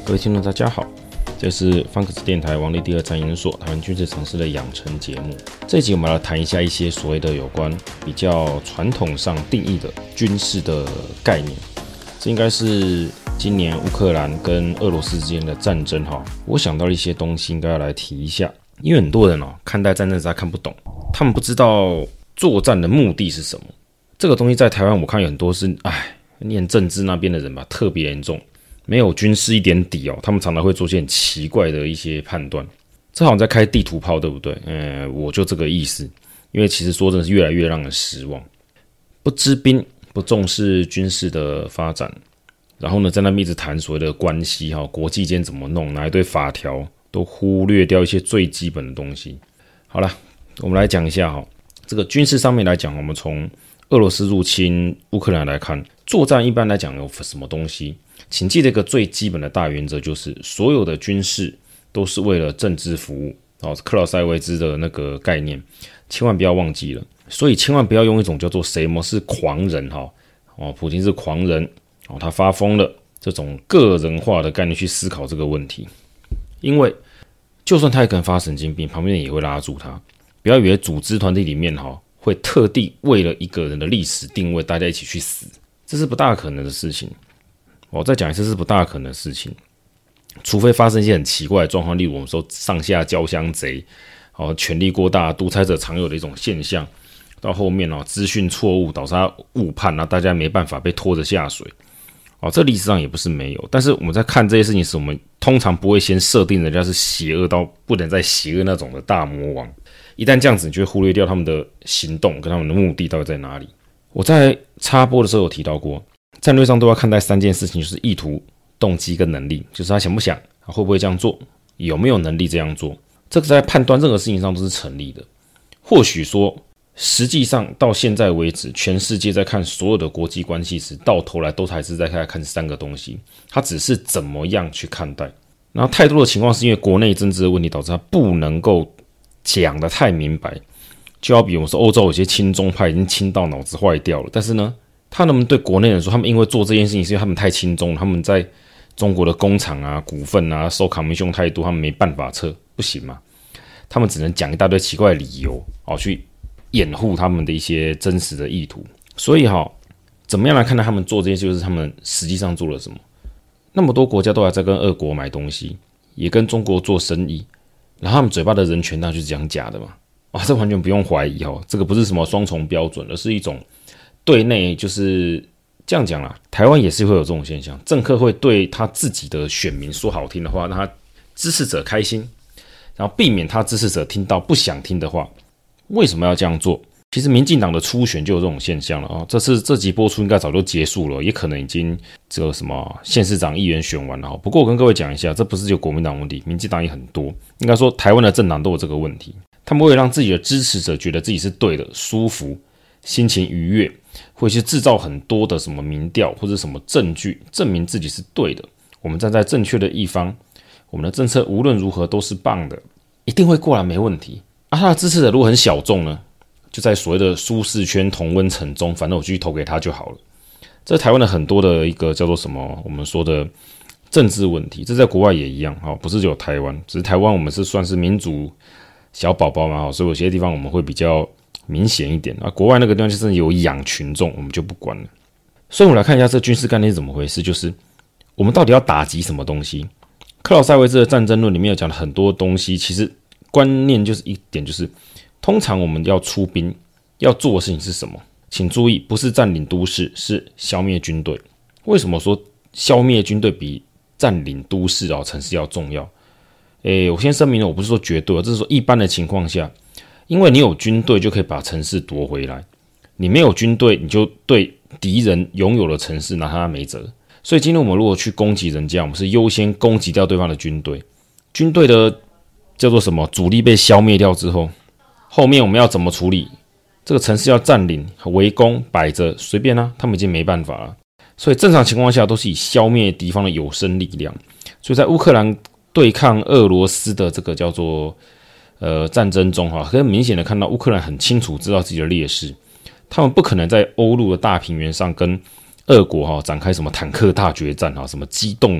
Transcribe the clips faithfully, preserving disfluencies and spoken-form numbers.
各位听众大家好，这是方可斯电台王立第二战研所台湾军事常识的养成节目。这一集我们来谈一下一些所谓的有关比较传统上定义的军事的概念。这应该是今年乌克兰跟俄罗斯之间的战争哈，我想到了一些东西应该要来提一下，因为很多人哦看待战争实在看不懂，他们不知道作战的目的是什么。这个东西在台湾我看有很多是哎念政治那边的人吧，特别严重。没有军事一点底哦，他们常常会做些很奇怪的一些判断。这好像在开地图炮，对不对？嗯，我就这个意思。因为其实说真的是越来越让人失望，不知兵，不重视军事的发展，然后呢，在那边一直谈所谓的关系哈，国际间怎么弄，拿一堆法条，都忽略掉一些最基本的东西。好了，我们来讲一下哈，这个军事上面来讲，我们从俄罗斯入侵乌克兰来看，作战一般来讲有什么东西？请记得一个最基本的大原则，就是所有的军事都是为了政治服务。哦，克劳塞维兹的那个概念，千万不要忘记了。所以千万不要用一种叫做什么是狂人哈，哦，普京是狂人，哦，他发疯了这种个人化的概念去思考这个问题。因为就算他也可能发神经病，旁边人也会拉住他。不要以为组织团体里面哈会特地为了一个人的历史定位，大家一起去死，这是不大可能的事情。我再讲一次，是不大可能的事情，除非发生一些很奇怪的状况，例如我们说上下交相贼，哦，权力过大，独裁者常有的一种现象，到后面哦，资讯错误导致他误判，然后大家没办法被拖着下水，哦，这历史上也不是没有，但是我们在看这些事情时，我们通常不会先设定人家是邪恶到不能再邪恶那种的大魔王，一旦这样子，你就会忽略掉他们的行动跟他们的目的到底在哪里。我在插播的时候有提到过。战略上都要看待三件事情，就是意图、动机跟能力，就是他想不想，会不会这样做，有没有能力这样做，这个在判断任何事情上都是成立的。或许说实际上到现在为止，全世界在看所有的国际关系时，到头来都还是在看三个东西，他只是怎么样去看待。然后太多的情况是因为国内政治的问题导致他不能够讲得太明白，就好比我们说欧洲有些亲中派已经亲到脑子坏掉了，但是呢他能不能对国内人说，他们因为做这件事情是因为他们太亲中，他们在中国的工厂啊、股份啊收commission太多，他们没办法撤，不行嘛？他们只能讲一大堆奇怪的理由哦，去掩护他们的一些真实的意图。所以哈、哦，怎么样来看待他们做这些，就是他们实际上做了什么？那么多国家都还在跟俄国买东西，也跟中国做生意，然后他们嘴巴的人权那就是讲假的嘛？啊、哦，这完全不用怀疑哦，这个不是什么双重标准，而是一种。对内就是这样讲啦，台湾也是会有这种现象，政客会对他自己的选民说好听的话，让他支持者开心，然后避免他支持者听到不想听的话。为什么要这样做？其实民进党的初选就有这种现象了啊、哦！这次这集播出应该早就结束了，也可能已经这个什么县市长、议员选完了。不过我跟各位讲一下，这不是就国民党问题，民进党也很多，应该说台湾的政党都有这个问题，他们为了让自己的支持者觉得自己是对的、舒服、心情愉悦。会去制造很多的什么民调或者什么证据，证明自己是对的。我们站在正确的一方，我们的政策无论如何都是棒的，一定会过来没问题。啊，他的支持者如果很小众呢，就在所谓的舒适圈同温层中，反正我继续投给他就好了。这是台湾的很多的一个叫做什么，我们说的政治问题，这在国外也一样，不是只有台湾，只是台湾我们是算是民主小宝宝嘛，所以有些地方我们会比较。明显一点啊，国外那个地方就是有养群众，我们就不管了。所以我们来看一下这军事概念是怎么回事，就是我们到底要打击什么东西？克劳塞维兹的战争论里面有讲了很多东西，其实观念就是一点，就是通常我们要出兵要做的事情是什么？请注意，不是占领都市，是消灭军队。为什么说消灭军队比占领都市啊城市要重要？诶，我先声明了，我不是说绝对，这是说一般的情况下。因为你有军队就可以把城市夺回来，你没有军队你就对敌人拥有的城市拿他没辙。所以今天我们如果去攻击人家，我们是优先攻击掉对方的军队，军队的叫做什么主力被消灭掉之后，后面我们要怎么处理？这个城市要占领、围攻、摆着随便啊，他们已经没办法了。所以正常情况下都是以消灭敌方的有生力量。所以在乌克兰对抗俄罗斯的这个叫做呃，战争中哈，很明显的看到乌克兰很清楚知道自己的劣势，他们不可能在欧陆的大平原上跟俄国哈展开什么坦克大决战哈，什么机动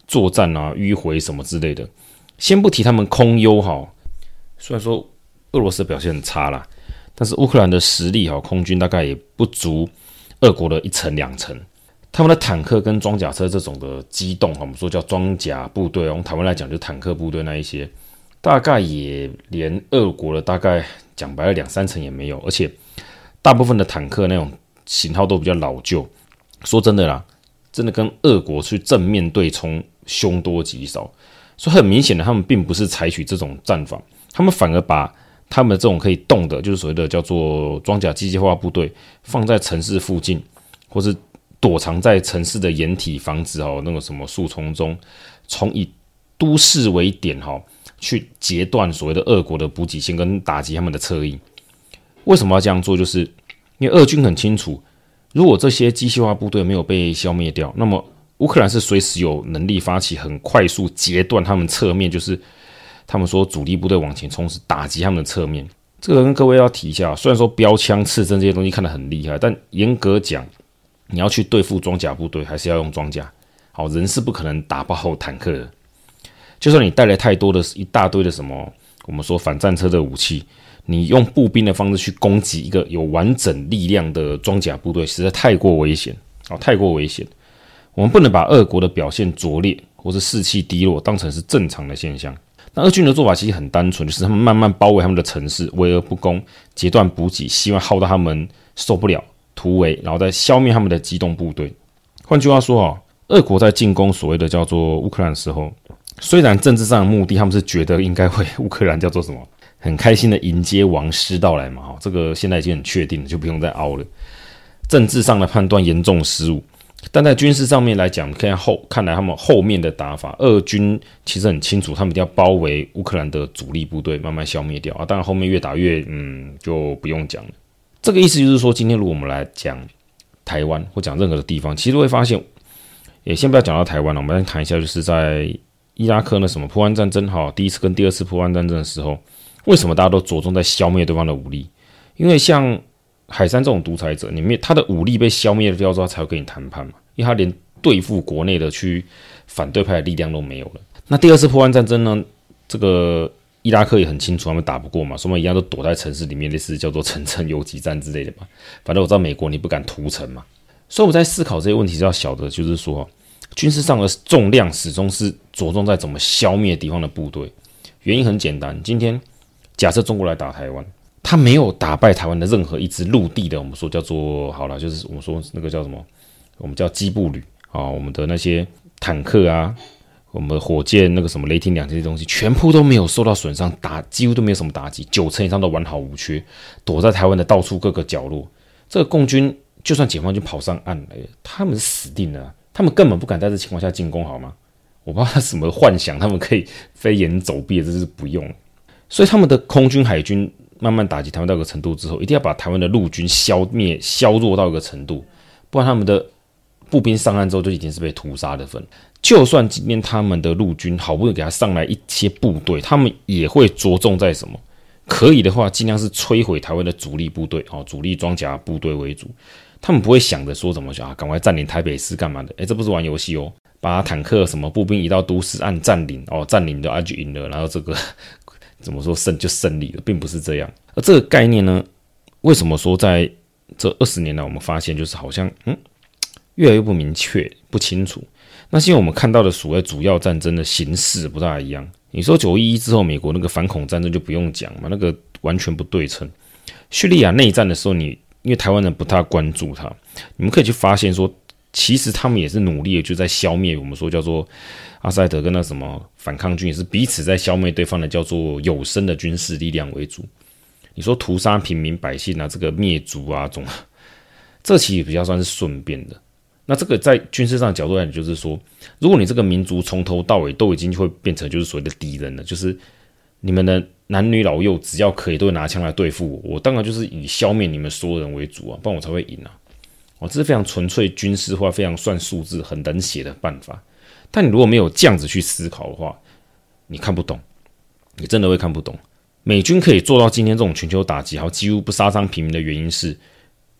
作战啊、迂回什么之类的。先不提他们空优哈，虽然说俄罗斯表现很差啦，但是乌克兰的实力哈，空军大概也不足俄国的一成两成。他们的坦克跟装甲车这种的机动，我们说叫装甲部队，用台湾来讲就是坦克部队那一些，大概也连俄国的大概讲白了两三成也没有，而且大部分的坦克那种型号都比较老旧。说真的啦，真的跟俄国去正面对冲凶多吉少，所以很明显的，他们并不是采取这种战法，他们反而把他们这种可以动的，就是所谓的叫做装甲机械化部队，放在城市附近，或是躲藏在城市的掩体房子哈，那个什么树丛中，从以都市为点哈，去截断所谓的俄国的补给线跟打击他们的侧翼。为什么要这样做？就是因为俄军很清楚，如果这些机械化部队没有被消灭掉，那么乌克兰是随时有能力发起很快速截断他们侧面，就是他们说主力部队往前冲，是打击他们的侧面。这个跟各位要提一下，虽然说标枪、刺针这些东西看得很厉害，但严格讲，你要去对付装甲部队，还是要用装甲。好，人是不可能打爆坦克的。就算你带来太多的一大堆的什么，我们说反战车的武器，你用步兵的方式去攻击一个有完整力量的装甲部队，实在太过危险，好，太过危险。我们不能把俄国的表现拙劣或是士气低落当成是正常的现象。那俄军的做法其实很单纯，就是他们慢慢包围他们的城市，围而不攻，截断补给，希望耗到他们受不了，突围，然后再消灭他们的机动部队。换句话说啊，俄国在进攻所谓的叫做乌克兰的时候，虽然政治上的目的他们是觉得应该会乌克兰叫做什么很开心的迎接王师到来嘛，这个现在已经很确定了，就不用再凹了。政治上的判断严重失误，但在军事上面来讲，看后看来他们后面的打法，俄军其实很清楚，他们一定要包围乌克兰的主力部队，慢慢消灭掉啊。当然后面越打越嗯就不用讲了。这个意思就是说，今天如果我们来讲台湾或讲任何的地方，其实会发现，也先不要讲到台湾了，我们来谈一下，就是在伊拉克那什么波湾战争哈，第一次跟第二次波湾战争的时候，为什么大家都着重在消灭对方的武力？因为像海珊这种独裁者，你他的武力被消灭掉之后，才会跟你谈判嘛，因为他连对付国内的去反对派的力量都没有了。那第二次波湾战争呢？这个伊拉克也很清楚，他们打不过嘛，所以他们一样都躲在城市里面，类似叫做城镇游击战之类的嘛。反正我知道美国你不敢屠城嘛，所以我在思考这些问题是要晓得，就是说军事上的重量始终是着重在怎么消灭敌方的部队。原因很简单，今天假设中国来打台湾，他没有打败台湾的任何一支陆地的，我们说叫做好了，就是我们说那个叫什么，我们叫机步旅啊，我们的那些坦克啊，我们的火箭那个什么雷霆两这些东西，全部都没有受到损伤，打几乎都没有什么打击，九成以上都完好无缺，躲在台湾的到处各个角落。这个共军就算解放军跑上岸了，他们是死定了，他们根本不敢在这情况下进攻，好吗？我不知道他什么幻想，他们可以飞檐走壁，这是不用。所以他们的空军、海军慢慢打击台湾到一个程度之后，一定要把台湾的陆军消灭、削弱到一个程度，不然他们的步兵上岸之后就已经是被屠杀的份。就算今天他们的陆军好不容易给他上来一些部队，他们也会着重在什么？可以的话，尽量是摧毁台湾的主力部队，哦，主力装甲部队为主。他们不会想着说怎么啊，赶快占领台北市干嘛的？哎，这不是玩游戏哦，把坦克什么步兵移到都市按占领，哦，占领的啊就赢了，然后这个怎么说胜就胜利了，并不是这样。而这个概念呢，为什么说在这二十年来我们发现就是好像嗯越来越不明确、不清楚？那是因为我们看到的所谓主要战争的形式不大一样。你说九一一之后，美国那个反恐战争就不用讲嘛，那个完全不对称。叙利亚内战的时候，你因为台湾人不太关注它，你们可以去发现说，其实他们也是努力的就在消灭我们说叫做阿塞德跟那什么反抗军，也是彼此在消灭对方的叫做有生的军事力量为主。你说屠杀平民百姓啊，这个灭族啊，总这其实比较算是顺便的。那这个在军事上的角度来讲，就是说，如果你这个民族从头到尾都已经会变成就是所谓的敌人了，就是你们的男女老幼只要可以都会拿枪来对付我，我当然就是以消灭你们所有人为主啊，不然我才会赢啊。哦，这是非常纯粹军事化、非常算数字、很冷血的办法。但你如果没有这样子去思考的话，你看不懂，你真的会看不懂。美军可以做到今天这种全球打击，好几乎不杀伤平民的原因是，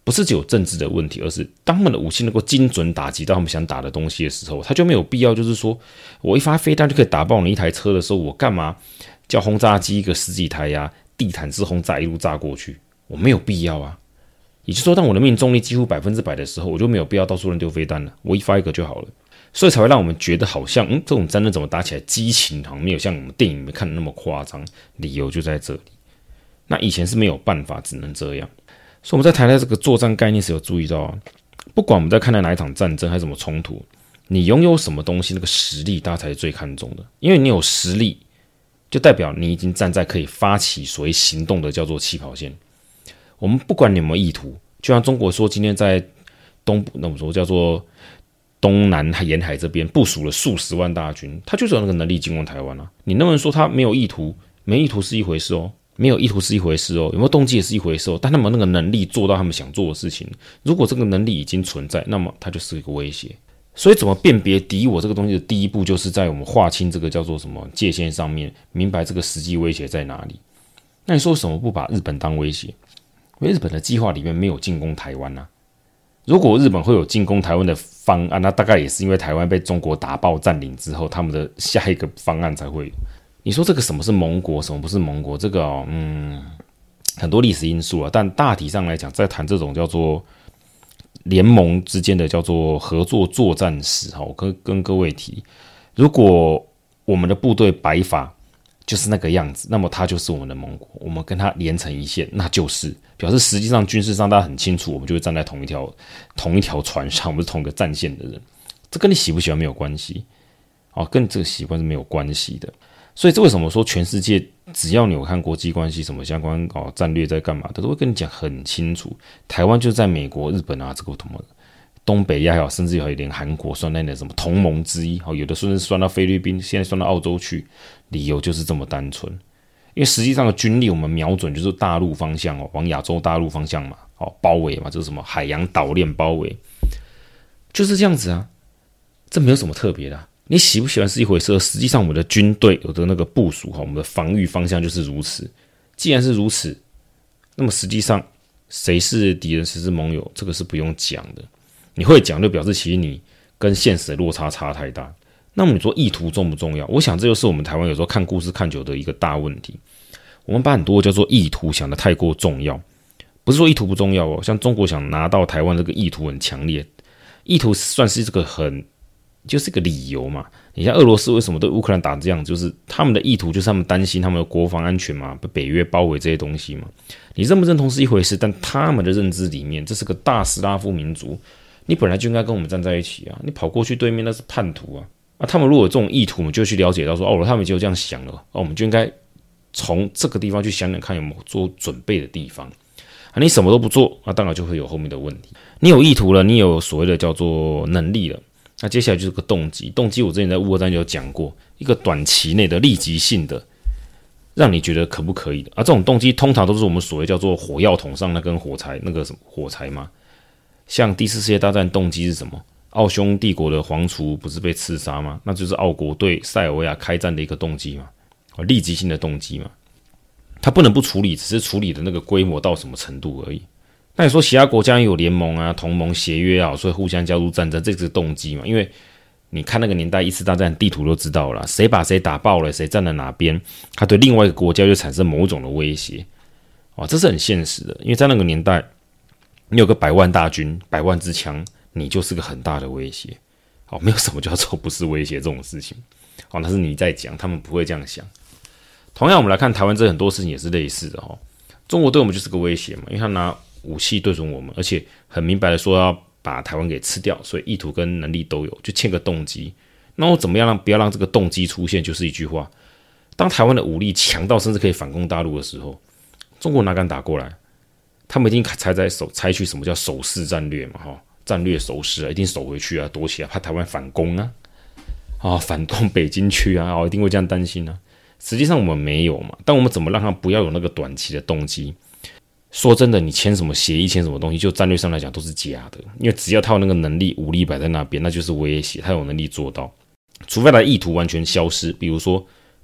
不是只有政治的问题，而是当他们的武器能够精准打击到他们想打的东西的时候，他就没有必要就是说我一发飞弹就可以打爆你一台车的时候，我干嘛叫轰炸机一个十几台呀，地毯式轰炸一路炸过去？我没有必要啊。也就是说，当我的命中率几乎百分之百的时候，我就没有必要到处乱丢飞弹了，我一发一个就好了。所以才会让我们觉得好像，嗯，这种战争怎么打起来激情好像没有像我们电影里面看的那么夸张，理由就在这里。那以前是没有办法，只能这样。所以我们在谈到这个作战概念时有注意到啊，不管我们在看待哪一场战争还是什么冲突，你拥有什么东西，那个实力大家才是最看重的。因为你有实力，就代表你已经站在可以发起所谓行动的叫做起跑线。我们不管你有没有意图，就像中国说今天在东部，那我们说叫做东南沿海这边部署了数十万大军，他就是有那个能力进攻台湾啊。你能不能说他没有意图？没意图是一回事哦，没有意图是一回事哦，有没有动机也是一回事哦。但他们有那个能力做到他们想做的事情，如果这个能力已经存在，那么它就是一个威胁。所以怎么辨别敌我这个东西的第一步，就是在我们划清这个叫做什么界限上面，明白这个实际威胁在哪里。那你说为什么不把日本当威胁？因为日本的计划里面没有进攻台湾啊。如果日本会有进攻台湾的方案，那大概也是因为台湾被中国打爆占领之后，他们的下一个方案才会有。你说这个什么是盟国，什么不是盟国？这个哦，嗯，很多历史因素啊。但大体上来讲，在谈这种叫做联盟之间的叫做合作作战史，我跟跟各位提，如果我们的部队摆法就是那个样子，那么它就是我们的盟国，我们跟它连成一线，那就是表示实际上军事上大家很清楚，我们就会站在同一条同一条船上，我们是同一个战线的人。这跟你喜不喜欢没有关系，哦，跟你这个习惯是没有关系的。所以这为什么说全世界只要你有看国际关系什么相关哦战略在干嘛的，都会跟你讲很清楚。台湾就在美国、日本啊这个什么东北亚甚至有连韩国算在那什么同盟之一，有的甚至算到菲律宾，现在算到澳洲去，理由就是这么单纯。因为实际上的军力我们瞄准就是大陆方向哦，往亚洲大陆方向嘛，哦包围嘛，就是什么海洋岛链包围，就是这样子啊，这没有什么特别的啊。你喜不喜欢是一回事，实际上我们的军队有的那个部署，我们的防御方向就是如此。既然是如此，那么实际上谁是敌人谁是盟友，这个是不用讲的。你会讲就表示其实你跟现实的落差差太大。那么你说意图重不重要？我想这就是我们台湾有时候看故事看久的一个大问题。我们把很多叫做意图想得太过重要，不是说意图不重要哦。像中国想拿到台湾这个意图很强烈，意图算是这个很就是一个理由嘛。你像俄罗斯为什么对乌克兰打这样，就是他们的意图就是他们担心他们的国防安全嘛，被北约包围这些东西嘛。你认不认同是一回事，但他们的认知里面，这是个大斯拉夫民族，你本来就应该跟我们站在一起啊！你跑过去对面那是叛徒啊！啊，他们如果有这种意图，我们就去了解到说，哦，他们就这样想了，哦，我们就应该从这个地方去想想看有没有做准备的地方。啊，你什么都不做，那当然就会有后面的问题。你有意图了，你有所谓的叫做能力了，那接下来就是个动机。动机我之前在乌俄战就有讲过，一个短期内的立即性的，让你觉得可不可以的啊？这种动机通常都是我们所谓叫做火药桶上那根火柴，那个什么火柴嘛。像第四世界大战动机是什么？奥匈帝国的皇储不是被刺杀吗？那就是奥国对塞尔维亚开战的一个动机嘛，立即性的动机嘛。他不能不处理，只是处理的那个规模到什么程度而已。那你说其他国家有联盟啊、同盟协约啊，所以互相加入战争，这是动机嘛？因为你看那个年代一次大战地图都知道了，谁把谁打爆了，谁站在哪边，他对另外一个国家就产生某种的威胁。哇，这是很现实的，因为在那个年代，你有个百万大军、百万支枪，你就是个很大的威胁。好，没有什么叫做不是威胁这种事情。好，那是你在讲，他们不会这样想。同样，我们来看台湾这很多事情也是类似的哈。中国对我们就是个威胁嘛，因为他拿武器对准我们，而且很明白的说要把台湾给吃掉，所以意图跟能力都有，就欠个动机。那我怎么样让不要让这个动机出现？就是一句话：当台湾的武力强到甚至可以反攻大陆的时候，中国哪敢打过来？他们一定采在守采取什么叫守势战略嘛，哈，战略守势啊，一定守回去啊，躲起来，怕台湾反攻啊，啊，反攻北京去啊，哦，一定会这样担心啊。实际上我们没有嘛，但我们怎么让他不要有那个短期的动机？说真的，你签什么协议，签什么东西，就战略上来讲都是假的，因为只要他有那个能力，武力摆在那边，那就是威胁，他有能力做到。除非他的意图完全消失，比如说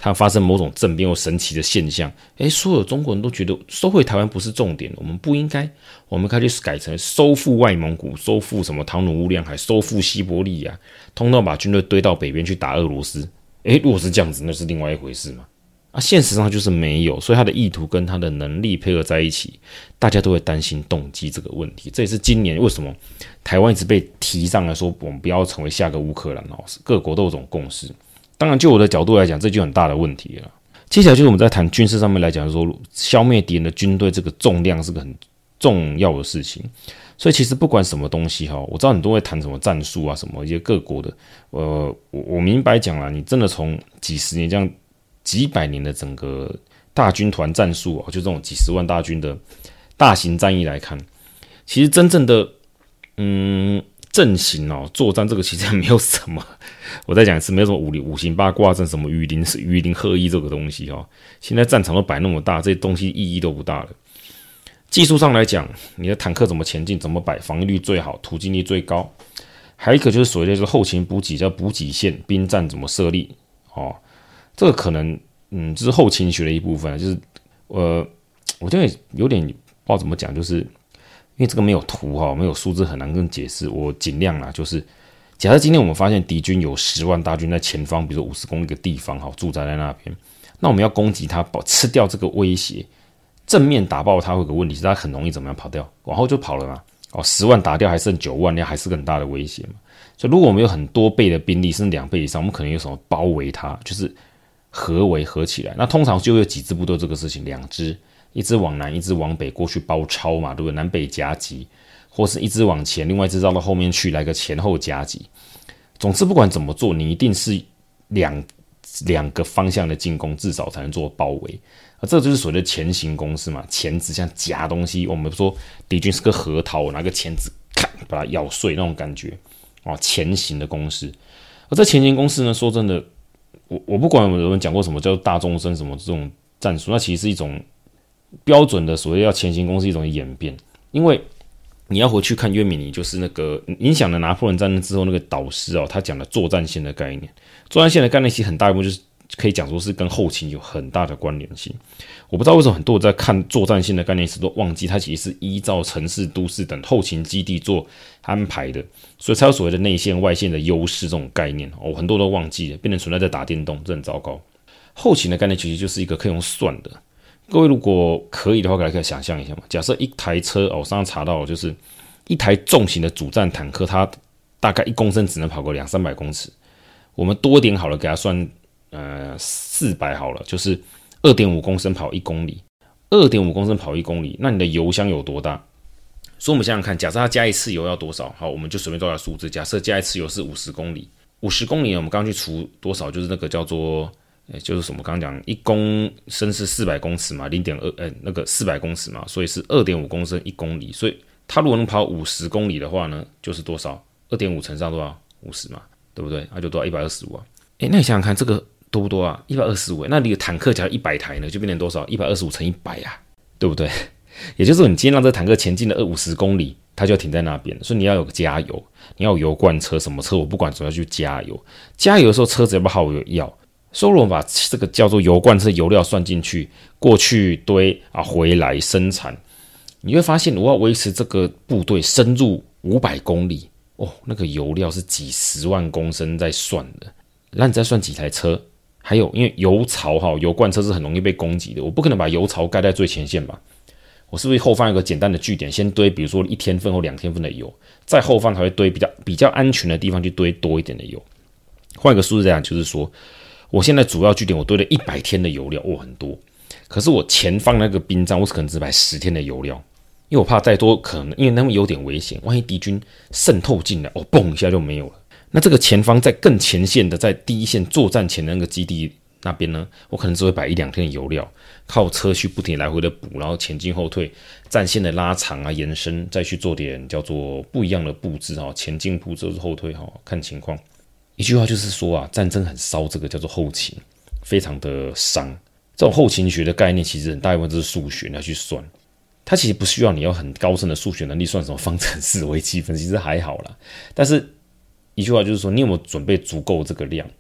它发生某种政变或神奇的现象，诶，所有中国人都觉得收回台湾不是重点，我们不应该，我们开始改成收复外蒙古、收复什么唐努乌梁海、收复西伯利亚，通通把军队堆到北边去打俄罗斯。诶，如果是这样子，那是另外一回事嘛。啊，现实上就是没有，所以他的意图跟他的能力配合在一起，大家都会担心动机这个问题。这也是今年为什么台湾一直被提上来说，我们不要成为下个乌克兰哦，各国都有这种共识。当然，就我的角度来讲，这就很大的问题了。接下来就是我们在谈军事上面来讲说，消灭敌人的军队这个重量是个很重要的事情。所以其实不管什么东西哈，我知道很多会谈什么战术啊，什么一些各国的，呃，我我明白讲啦，你真的从几十年这样。几百年的整个大军团战术哦，就这种几十万大军的大型战役来看，其实真正的嗯阵型哦，作战这个其实没有什么。我再讲一次，没有什么五五行八卦阵，什么鱼鳞鱼鳞鹤翼这个东西哦。现在战场都摆那么大，这些东西意义都不大了。技术上来讲，你的坦克怎么前进，怎么摆，防御率最好，突进力最高。还有一个就是所谓的就是后勤补给，叫补给线，兵站怎么设立哦。这个可能，嗯，就是后勤学的一部分，就是，呃，我觉得有点不知道怎么讲，就是因为这个没有图哈，没有数字很难跟解释。我尽量啦，就是假设今天我们发现敌军有十万大军在前方，比如说五十公里的地方，哈，驻扎在那边，那我们要攻击他，吃掉这个威胁，正面打爆他，会有个问题是，他很容易怎么样跑掉，往后就跑了嘛。哦，十万打掉还剩九万，那还是个很大的威胁嘛。所以如果我们有很多倍的兵力，甚至两倍以上，我们可能有什么包围他，就是。合围合起来，那通常就有几支部队这个事情，两支，一支往南，一支往北过去包抄嘛，对不对？南北夹击，或是一支往前，另外一支绕到后面去，来个前后夹击。总之，不管怎么做，你一定是两两个方向的进攻，至少才能做包围。啊，这就是所谓的钳形攻势嘛，钳子像夹东西，我们说敌军是个核桃，我拿个钳子咔把它咬碎那种感觉哦，钳形的攻势。而这钳形攻势呢，说真的。我我不管有没有人讲过什么叫大纵深什么这种战术，那其实是一种标准的所谓要前行攻是一种演变，因为你要回去看约米尼，就是那个影响了拿破仑战争之后那个导师哦，他讲的作战线的概念，作战线的概念其实很大一部分就是可以讲说是跟后勤有很大的关联性。我不知道为什么很多人在看作战线的概念时都忘记，它其实是依照城市、都市等后勤基地做安排的，所以才有所谓的内线、外线的优势这种概念。哦，很多都忘记了，变成存在在打电动，这很糟糕。后勤的概念其实就是一个可以用算的。各位如果可以的话，可以想象一下嘛。假设一台车，哦，我上次查到就是一台重型的主战坦克，它大概一公升只能跑个两三百公尺。我们多一点好了，给它算呃四百好了，就是二点五公升跑一公里，二点五公升跑一公里，那你的油箱有多大？所以我们想想看，假设它加一次油要多少？好，我们就随便抓个数字。假设加一次油是五十公里，五十公里呢，我们刚刚去除多少？就是那个叫做，欸、就是什么？刚刚讲一公升是四百公尺嘛，零点二，呃，那个四百公尺嘛，所以是二点五公升一公里。所以它如果能跑五十公里的话呢，就是多少？二点五乘上多少？五十嘛，对不对？那就多少？一百二十五啊。哎，那你想想看，这个多不多啊？一百二十五。那你的坦克假如一百台呢，就变成多少？一百二十五乘一百啊，对不对？也就是说，你今天让这坦克前进了五十公里，它就要停在那边，所以你要有个加油，你要有油罐车，什么车我不管，总要去加油。加油的时候，车子要不要耗油？要。所以我们把这个叫做油罐车油料算进去，过去堆啊，回来生产，你会发现，我要维持这个部队深入五百公里哦，那个油料是几十万公升在算的。那你再算几台车？还有，因为油槽哈，油罐车是很容易被攻击的，我不可能把油槽盖在最前线吧？我是不是后方有个简单的据点，先堆，比如说一天份或两天份的油，在后方才会堆比较比较安全的地方去堆多一点的油。换一个数字来讲，就是说，我现在主要据点我堆了一百天的油料，哦，很多。可是我前方那个兵站，我可能只摆十天的油料，因为我怕再多可能，因为那么有点危险，万一敌军渗透进来，哦，嘣一下就没有了。那这个前方在更前线的，在第一线作战前的那个基地那边呢，我可能只会摆一两天的油料，靠车去不停来回的补，然后前进后退，战线的拉长啊、延伸，再去做点叫做不一样的布置哈，前进布置或是后退哈，看情况。一句话就是说啊，战争很烧这个叫做后勤，非常的伤。这种后勤学的概念，其实很大一部分都是数学，你要去算。它其实不需要你要很高深的数学能力，算什么方程式、微积分，其实还好啦。但是一句话就是说，你有没有准备足够这个量？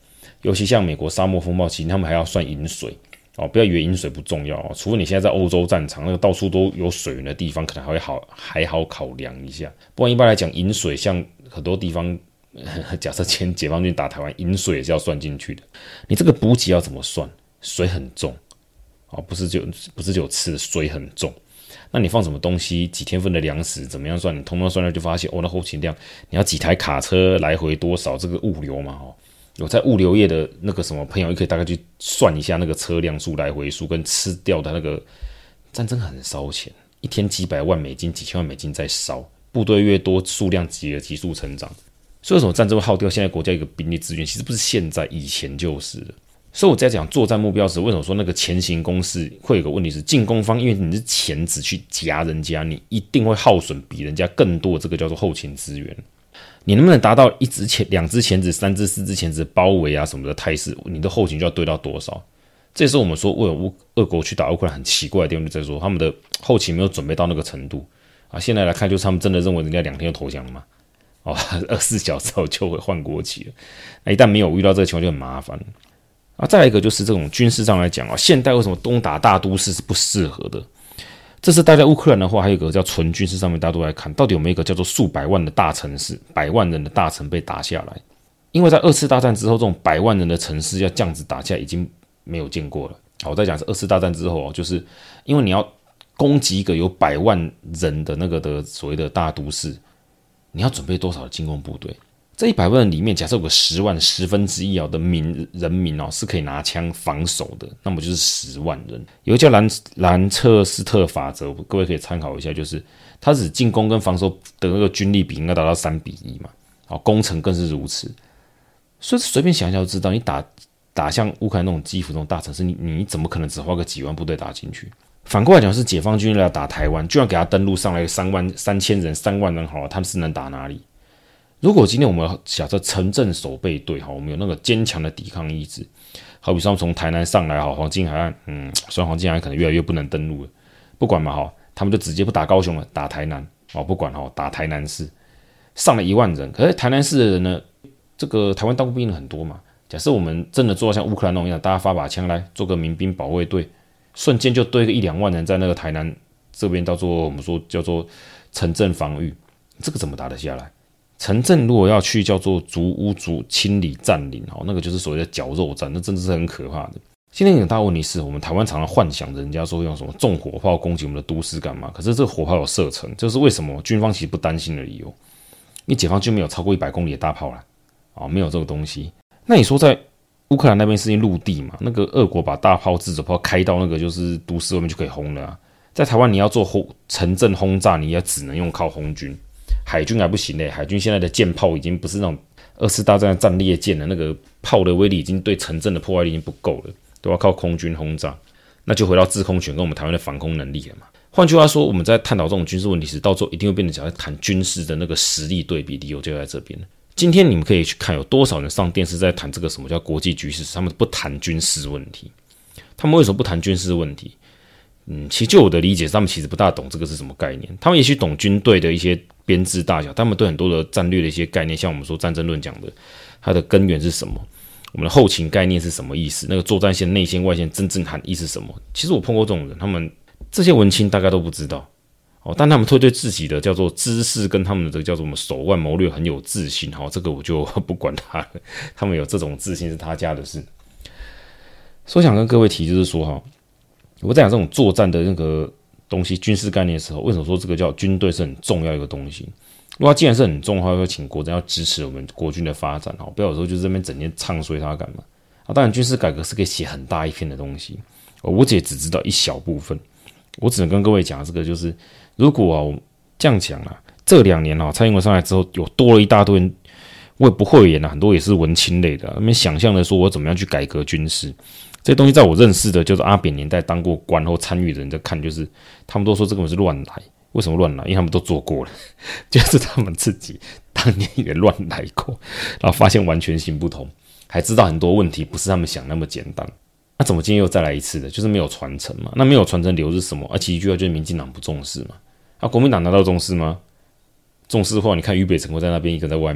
尤其像美国沙漠风暴期，他们还要算饮水哦，不要以为饮水不重要哦，除非你现在在欧洲战场，那个到处都有水源的地方，可能还会好还好考量一下。不然一般来讲，饮水像很多地方，假设前解放军打台湾，饮水也是要算进去的。你这个补给要怎么算？水很重哦，不是就不是只有吃的，水很重。那你放什么东西？几天份的粮食怎么样算？你通通算了就发现，哦，那后勤量你要几台卡车来回多少？这个物流嘛，哦。有在物流业的那个什么朋友，也可以大概去算一下那个车辆数、来回数跟吃掉的那个战争很烧钱，一天几百万美金、几千万美金在烧，部队越多，数量级的急速成长。所以为什么战争会耗掉现在国家一个兵力资源？其实不是现在，以前就是了。所以我在讲作战目标时，为什么说那个前行攻势会有个问题是进攻方，因为你是钳子去夹人家，你一定会耗损比人家更多的这个叫做后勤资源。你能不能达到一支钳、两支钳子、三支、四支钳子包围啊什么的态势？你的后勤就要堆到多少？这也是我们说为什么俄国去打乌克兰很奇怪的地方，就在说他们的后勤没有准备到那个程度啊。现在来看，就是他们真的认为人家两天就投降了嘛？哦，二十四小时后就会换国旗了。那一旦没有遇到这个情况，就很麻烦。啊，再来一个就是这种军事上来讲啊，现代为什么东打大都市是不适合的？这次待在乌克兰的话，还有一个叫纯军事上面，大家都来看，到底有没有一个叫做数百万的大城市、百万人的大城被打下来？因为在二次大战之后，这种百万人的城市要这样子打下来，已经没有见过了。好，我在讲是二次大战之后，就是因为你要攻击一个有百万人的那个的所谓的大都市，你要准备多少的进攻部队？这一百万人里面，假设有个十万十分之一的民人民哦，是可以拿枪防守的，那么就是十万人。有一个叫兰兰彻斯特法则，各位可以参考一下，就是它只进攻跟防守的那个军力比应该达到三比一嘛，好，攻城更是如此。所以随便想一下就知道，你打打像乌克兰那种基辅这种大城市，你你怎么可能只花个几万部队打进去？反过来讲，是解放军来打台湾，就要给他登陆上来三万三千人、三万人，好了，他们是能打哪里？如果今天我们假设城镇守备队，我们有那个坚强的抵抗意志，好比说从台南上来，黄金海岸，嗯，虽然黄金海岸可能越来越不能登陆了，不管嘛，他们就直接不打高雄了，打台南，不管打台南市，上了一万人，可是台南市的人呢，这个台湾当过兵的很多嘛，假设我们真的做到像乌克兰那种样，大家发把枪来做个民兵保卫队，瞬间就堆个一两万人在那个台南这边，叫做我们说叫做城镇防御，这个怎么打得下来？城镇如果要去叫做逐屋逐清理占领，那个就是所谓的绞肉战，那真的是很可怕的。现在有个大问题是我们台湾常常幻想人家说用什么重火炮攻击我们的都市干嘛，可是这个火炮有射程，这是为什么军方其实不担心的理由。因为解放军没有超过一百公里的大炮啦，哦，没有这个东西。那你说在乌克兰那边是因陆地嘛，那个俄国把大炮自走炮开到那个就是都市外面就可以轰了啊。在台湾你要做轰城镇轰炸，你也只能用靠空军。海军还不行嘞，海军现在的舰炮已经不是那种二次大战的战列舰了，那个炮的威力已经对城镇的破坏力已经不够了，都要靠空军轰炸。那就回到制空权跟我们台湾的防空能力了嘛。换句话说，我们在探讨这种军事问题时，到时候一定会变得讲在谈军事的那个实力对比，理由就在这边了。今天你们可以去看有多少人上电视在谈这个什么叫国际局势，他们不谈军事问题。他们为什么不谈军事问题？嗯，其实就我的理解，他们其实不大懂这个是什么概念。他们也许懂军队的一些编制大小，他们对很多的战略的一些概念，像我们说战争论讲的，它的根源是什么？我们的后勤概念是什么意思？那个作战线、内线、外线真正含义是什么？其实我碰过这种人，他们这些文青大概都不知道哦，但他们会对自己的叫做知识跟他们的这个叫做什么手腕谋略很有自信。好，这个我就不管他了，他们有这种自信是他家的事。所以我想跟各位提就是说哈。我在讲这种作战的那个东西，军事概念的时候，为什么说这个叫军队是很重要一个东西？如果它既然是很重要的话，要请国人要支持我们国军的发展，不要有时候就是这边整天唱衰它干嘛？啊，当然军事改革是可以写很大一篇的东西，我也只知道一小部分，我只能跟各位讲这个就是，如果啊我这样讲啦，这两年啊蔡英文上来之后，有多了一大堆人，我也不讳言啦，很多也是文青类的，他们想象的说我怎么样去改革军事。这些东西在我认识的，就是阿扁年代当过官或参与的人在看，就是他们都说这个是乱来。为什么乱来？因为他们都做过了，就是他们自己当年也乱来过，然后发现完全行不通，还知道很多问题不是他们想那么简单。那怎么今天又再来一次的？就是没有传承嘛。那没有传承理由是什么？啊，其实一句话就是民进党不重视嘛。啊，国民党难道重视吗？重视的话，你看俞北辰会在那边，一个在外面哦，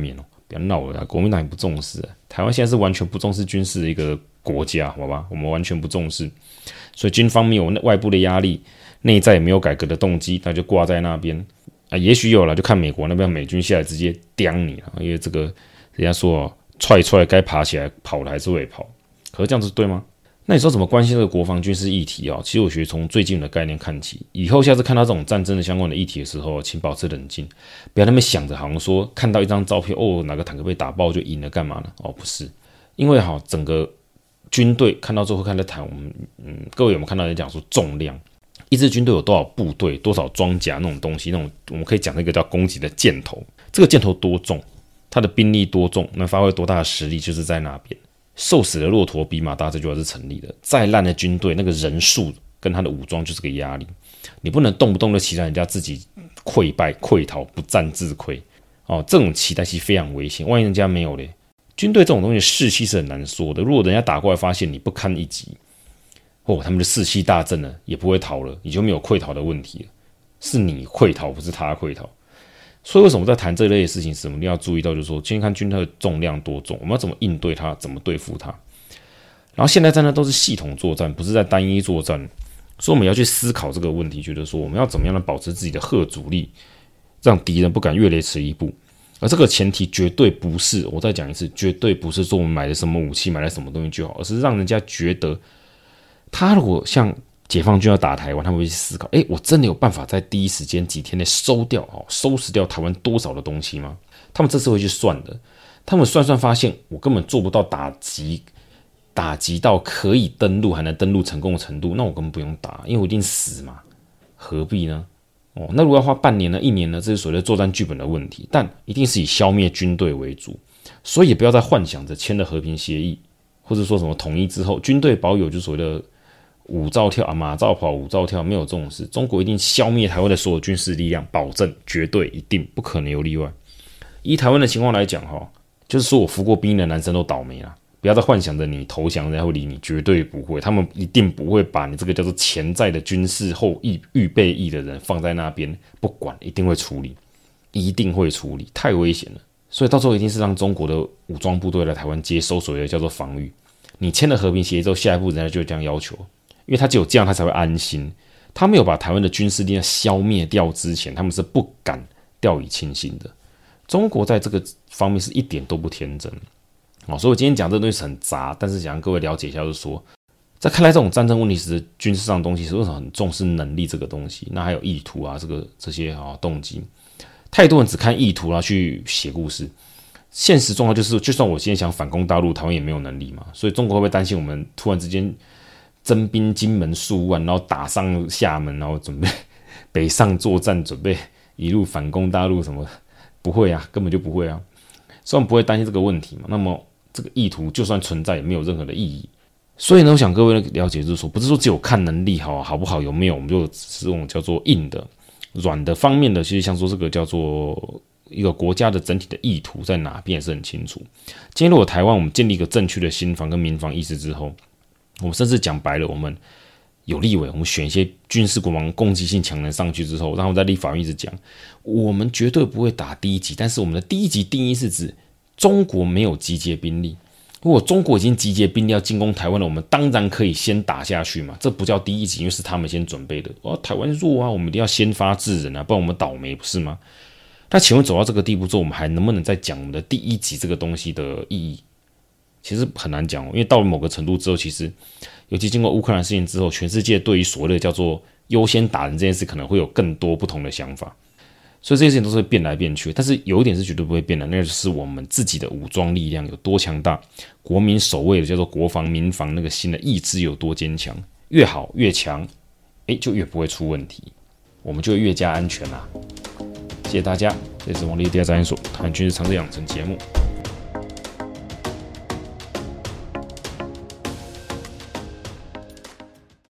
不要闹了啦，国民党也不重视啊。台湾现在是完全不重视军事的一个国家，好吧？我们完全不重视，所以军方没有外部的压力，内在也没有改革的动机，那就挂在那边啊。也许有了，就看美国那边美军下来直接刁你啊，因为这个人家说哦，踹一踹该爬起来跑的还是会跑，可是这样子对吗？那你说怎么关心这个国防军事议题啊？其实我觉得从最近的概念看起，以后下次看到这种战争的相关的议题的时候，请保持冷静，不要那么想着好像说看到一张照片哦，哪个坦克被打爆就赢了，干嘛呢？哦，不是，因为好整个军队看到最后看在谈我们，嗯，各位有没有看到人讲说重量？一支军队有多少部队、多少装甲那种东西，那种我们可以讲那个叫攻击的箭头，这个箭头多重，它的兵力多重，能发挥多大的实力，就是在那边。瘦死的骆驼比马大，这句话是成立的。再烂的军队，那个人数跟他的武装就是个压力，你不能动不动就期待人家自己溃败、溃逃、不战自溃哦，这种期待其实非常危险。万一人家没有嘞，军队这种东西士气是很难说的。如果人家打过来发现你不堪一击，哦，他们的士气大振了，也不会逃了，你就没有溃逃的问题了。是你溃逃，不是他溃逃。所以为什么在谈这类的事情时，我们一定要注意到，就是说，今天看军队的重量多重，我们要怎么应对它，怎么对付它。然后现代战争都是系统作战，不是在单一作战，所以我们要去思考这个问题，觉得说我们要怎么样的保持自己的吓阻力，让敌人不敢越雷池一步。而这个前提绝对不是，我再讲一次，绝对不是说我们买了什么武器，买了什么东西就好，而是让人家觉得，他如果像解放军要打台湾，他们会去思考：哎，我真的有办法在第一时间几天内收掉、哦、收拾掉台湾多少的东西吗？他们这次会去算的。他们算算发现，我根本做不到打击，打击到可以登陆还能登陆成功的程度，那我根本不用打，因为我一定死嘛，何必呢？哦，那如果要花半年呢、一年呢，这是所谓的作战剧本的问题，但一定是以消灭军队为主，所以也不要再幻想着签了和平协议，或者说什么统一之后，军队保有就所谓的五照跳啊，马照跑，五照跳，没有这种事。中国一定消灭台湾的所有军事力量，保证绝对一定不可能有例外。以台湾的情况来讲，哈，就是说我服过兵的男生都倒霉啦。不要再幻想着你投降人家会理你，绝对不会，他们一定不会把你这个叫做潜在的军事后预预备役的人放在那边不管，一定会处理，一定会处理，太危险了。所以到时候一定是让中国的武装部队来台湾接收所谓的叫做防御。你签了和平协议之后，下一步人家就会这样要求，因为他只有这样他才会安心。他没有把台湾的军事力量消灭掉之前，他们是不敢掉以轻心的。中国在这个方面是一点都不天真。哦，所以我今天讲这个东西是很杂，但是想让各位了解一下，就是说，在看待这种战争问题时，军事上的东西是为什么很重视能力这个东西？那还有意图啊，这个这些啊、哦、动机，太多人只看意图然后去写故事。现实状况就是，就算我今天想反攻大陆，台湾也没有能力嘛。所以中国会不会担心我们突然之间征兵金门数万，然后打上厦门，然后准备北上作战，准备一路反攻大陆什么？不会啊，根本就不会啊。所以我们不会担心这个问题嘛。那么这个意图就算存在，也没有任何的意义。所以呢，我想各位了解，就是说，不是说只有看能力好好不好有没有，我们就只是这种叫做硬的、软的方面的。其实像说这个叫做一个国家的整体的意图在哪边也是很清楚。今天如果台湾我们建立一个正确的心防跟民防意识之后，我们甚至讲白了，我们有立委，我们选一些军事国防攻击性强人上去之后，然后在立法院一直讲，我们绝对不会打第一级，但是我们的第一级定义是指中国没有集结兵力。如果中国已经集结兵力要进攻台湾了，我们当然可以先打下去嘛，这不叫第一级，因为是他们先准备的。哦，台湾弱啊，我们一定要先发制人啊，不然我们倒霉不是吗？那请问走到这个地步之后，我们还能不能再讲我们的第一级这个东西的意义？其实很难讲哦，因为到了某个程度之后，其实尤其经过乌克兰事件之后，全世界对于所谓的叫做优先打人这件事，可能会有更多不同的想法。所以这些事情都是会变来变去，但是有一点是绝对不会变的，那就是我们自己的武装力量有多强大，国民守卫的叫做国防民防那个新的意志有多坚强，越好越强，诶，就越不会出问题，我们就会越加安全啦。谢谢大家，这是王立第二战研所谈军事常识养成节目。